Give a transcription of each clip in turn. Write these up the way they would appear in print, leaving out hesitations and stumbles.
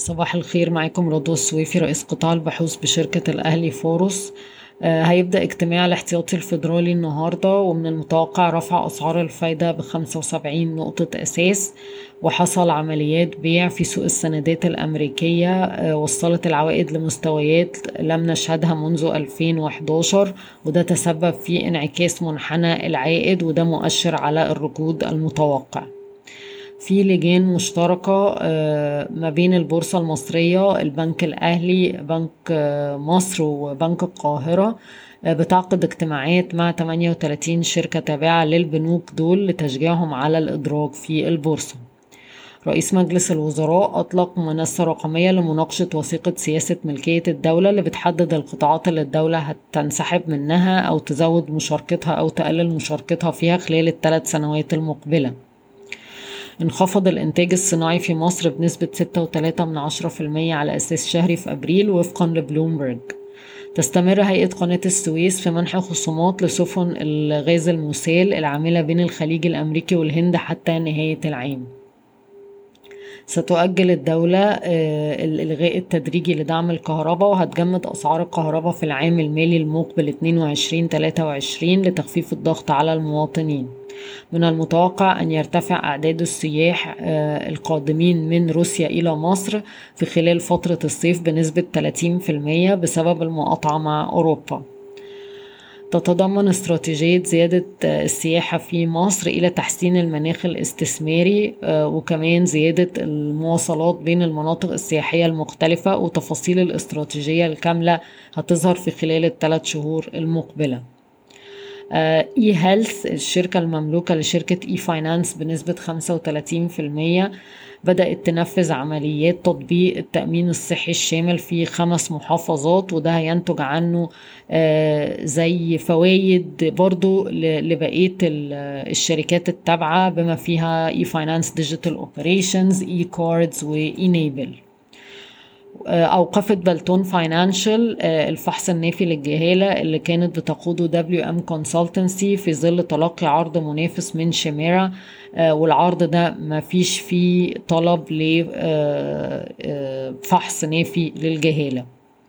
صباح الخير، معاكم رضوى السويفي رئيس قطاع البحوث بشركة الأهلي فورس. هيبدأ اجتماع الاحتياطي الفيدرالي النهاردة، ومن المتوقع رفع أسعار الفايدة ب75 نقطة أساس. وحصل عمليات بيع في سوق السندات الأمريكية وصلت العوائد لمستويات لم نشهدها منذ 2011، وده تسبب في انعكاس منحنى العائد، وده مؤشر على الركود المتوقع. في لجان مشتركة ما بين البورصة المصرية، البنك الأهلي، بنك مصر، وبنك القاهرة. بتعقد اجتماعات مع 38 شركة تابعة للبنوك دول لتشجيعهم على الإدراج في البورصة. رئيس مجلس الوزراء أطلق منصة رقمية لمناقشة وثيقة سياسة ملكية الدولة اللي بتحدد القطاعات اللي الدولة هتنسحب منها أو تزود مشاركتها أو تقلل مشاركتها فيها خلال ال3 سنوات المقبلة. انخفض الإنتاج الصناعي في مصر بنسبة 6.3% على أساس شهري في أبريل وفقا لبلومبرج. تستمر هيئة قناة السويس في منح خصومات لسفن الغاز المسال العاملة بين الخليج الأمريكي والهند حتى نهاية العام. ستؤجل الدولة الإلغاء التدريجي لدعم الكهرباء، وهتجمد أسعار الكهرباء في العام المالي المقبل 22-23 لتخفيف الضغط على المواطنين. من المتوقع أن يرتفع أعداد السياح القادمين من روسيا إلى مصر في خلال فترة الصيف بنسبة 30% بسبب المقاطعة مع أوروبا. تتضمن استراتيجية زيادة السياحة في مصر إلى تحسين المناخ الاستثماري، وكمان زيادة المواصلات بين المناطق السياحية المختلفة، وتفاصيل الاستراتيجية الكاملة هتظهر في خلال ال3 شهور المقبلة. اي هيلث، الشركة المملوكة لشركة اي فاينانس بنسبة 35%، بدأت تنفذ عمليات تطبيق التأمين الصحي الشامل في 5 محافظات، وده هينتج عنه زي فوائد برضو لبقية الشركات التابعة بما فيها اي فاينانس ديجيتال اوبريشنز، اي كاردز، وإينيبل. أوقفت بلتون فاينانشال الفحص النافي للجهالة اللي كانت بتقوده WM كونسلتنسي في ظل تلقي عرض منافس من شيميرا، والعرض ده ما فيش فيه طلب لفحص نافي للجهالة.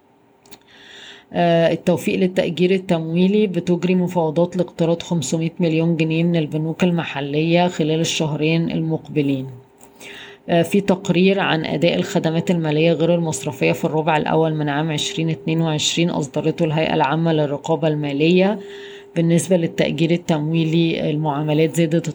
التوفيق للتأجير التمويلي بتجري مفاوضات لاقتراض 500 مليون جنيه من البنوك المحلية خلال الشهرين المقبلين. في تقرير عن أداء الخدمات المالية غير المصرفية في الربع الأول من عام 2022 أصدرته الهيئة العامة للرقابة المالية. بالنسبة للتأجير التمويلي، المعاملات زادت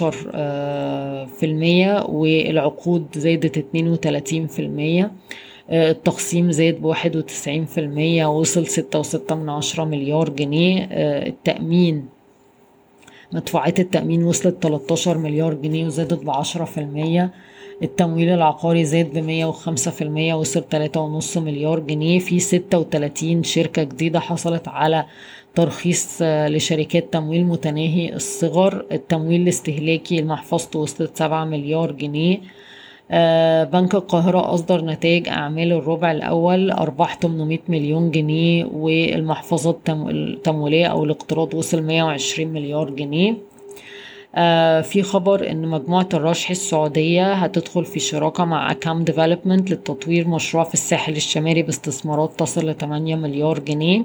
12%، والعقود زادت 32%. التقسيم زاد ب91%، وصل 6.6 مليار جنيه. التأمين، مدفوعات التأمين وصلت 13 مليار جنيه وزادت ب10%. التمويل العقاري زاد ب105%، وصل 3.5 مليار جنيه. في 36 شركة جديدة حصلت على ترخيص لشركات تمويل متناهي الصغر. التمويل الاستهلاكي المحفظته وصلت 7 مليار جنيه. بنك القاهرة أصدر نتائج أعمال الربع الأول، أرباح 800 مليون جنيه، والمحفظة التمويلية أو الاقتراض وصل 120 مليار جنيه. في خبر ان مجموعة الرشح السعودية هتدخل في شراكة مع أكام ديفلوبمنت للتطوير مشروع في الساحل الشمالي باستثمارات تصل ل 8 مليار جنيه.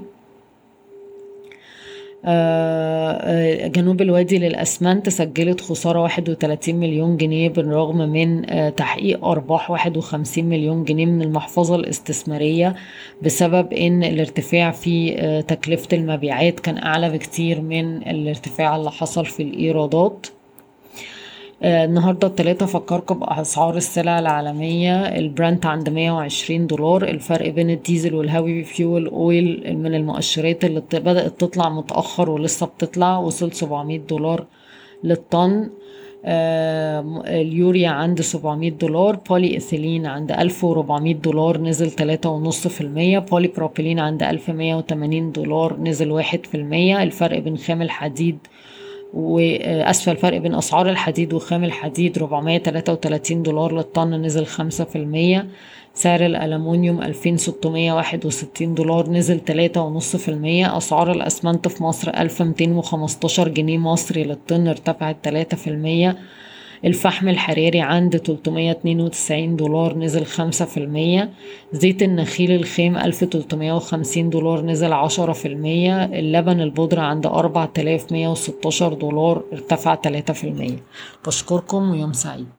جنوب الوادي للأسمنت سجلت خسارة 31 مليون جنيه بالرغم من تحقيق أرباح 51 مليون جنيه من المحفظة الاستثمارية، بسبب ان الارتفاع في تكلفة المبيعات كان أعلى بكتير من الارتفاع اللي حصل في الإيرادات. النهاردة الثلاثة فكركم بأسعار السلع العالمية. البرنت عند $120. الفرق بين الديزل والهاوي فيول اويل من المؤشرات اللي بدأت تطلع متأخر ولسه بتطلع، وصل $700 للطن. اليوريا عند $700. بولي إيثيلين عند $1400 نزل 3.5%. بولي بروبيلين عند $1180 نزل 1%. الفرق بين خام الحديد وأسفل، الفرق بين أسعار الحديد وخام الحديد $433 للطن نزل 5%. سعر الألمونيوم $2661 نزل 3.5%. أسعار الأسمنت في مصر 1215 جنيه مصري للطن ارتفعت 3%. الفحم الحراري عند $392 نزل 5%. زيت النخيل الخام $1350 نزل 10%. اللبن البودرة عند $4116 ارتفع 3%. بشكركم ويوم سعيد.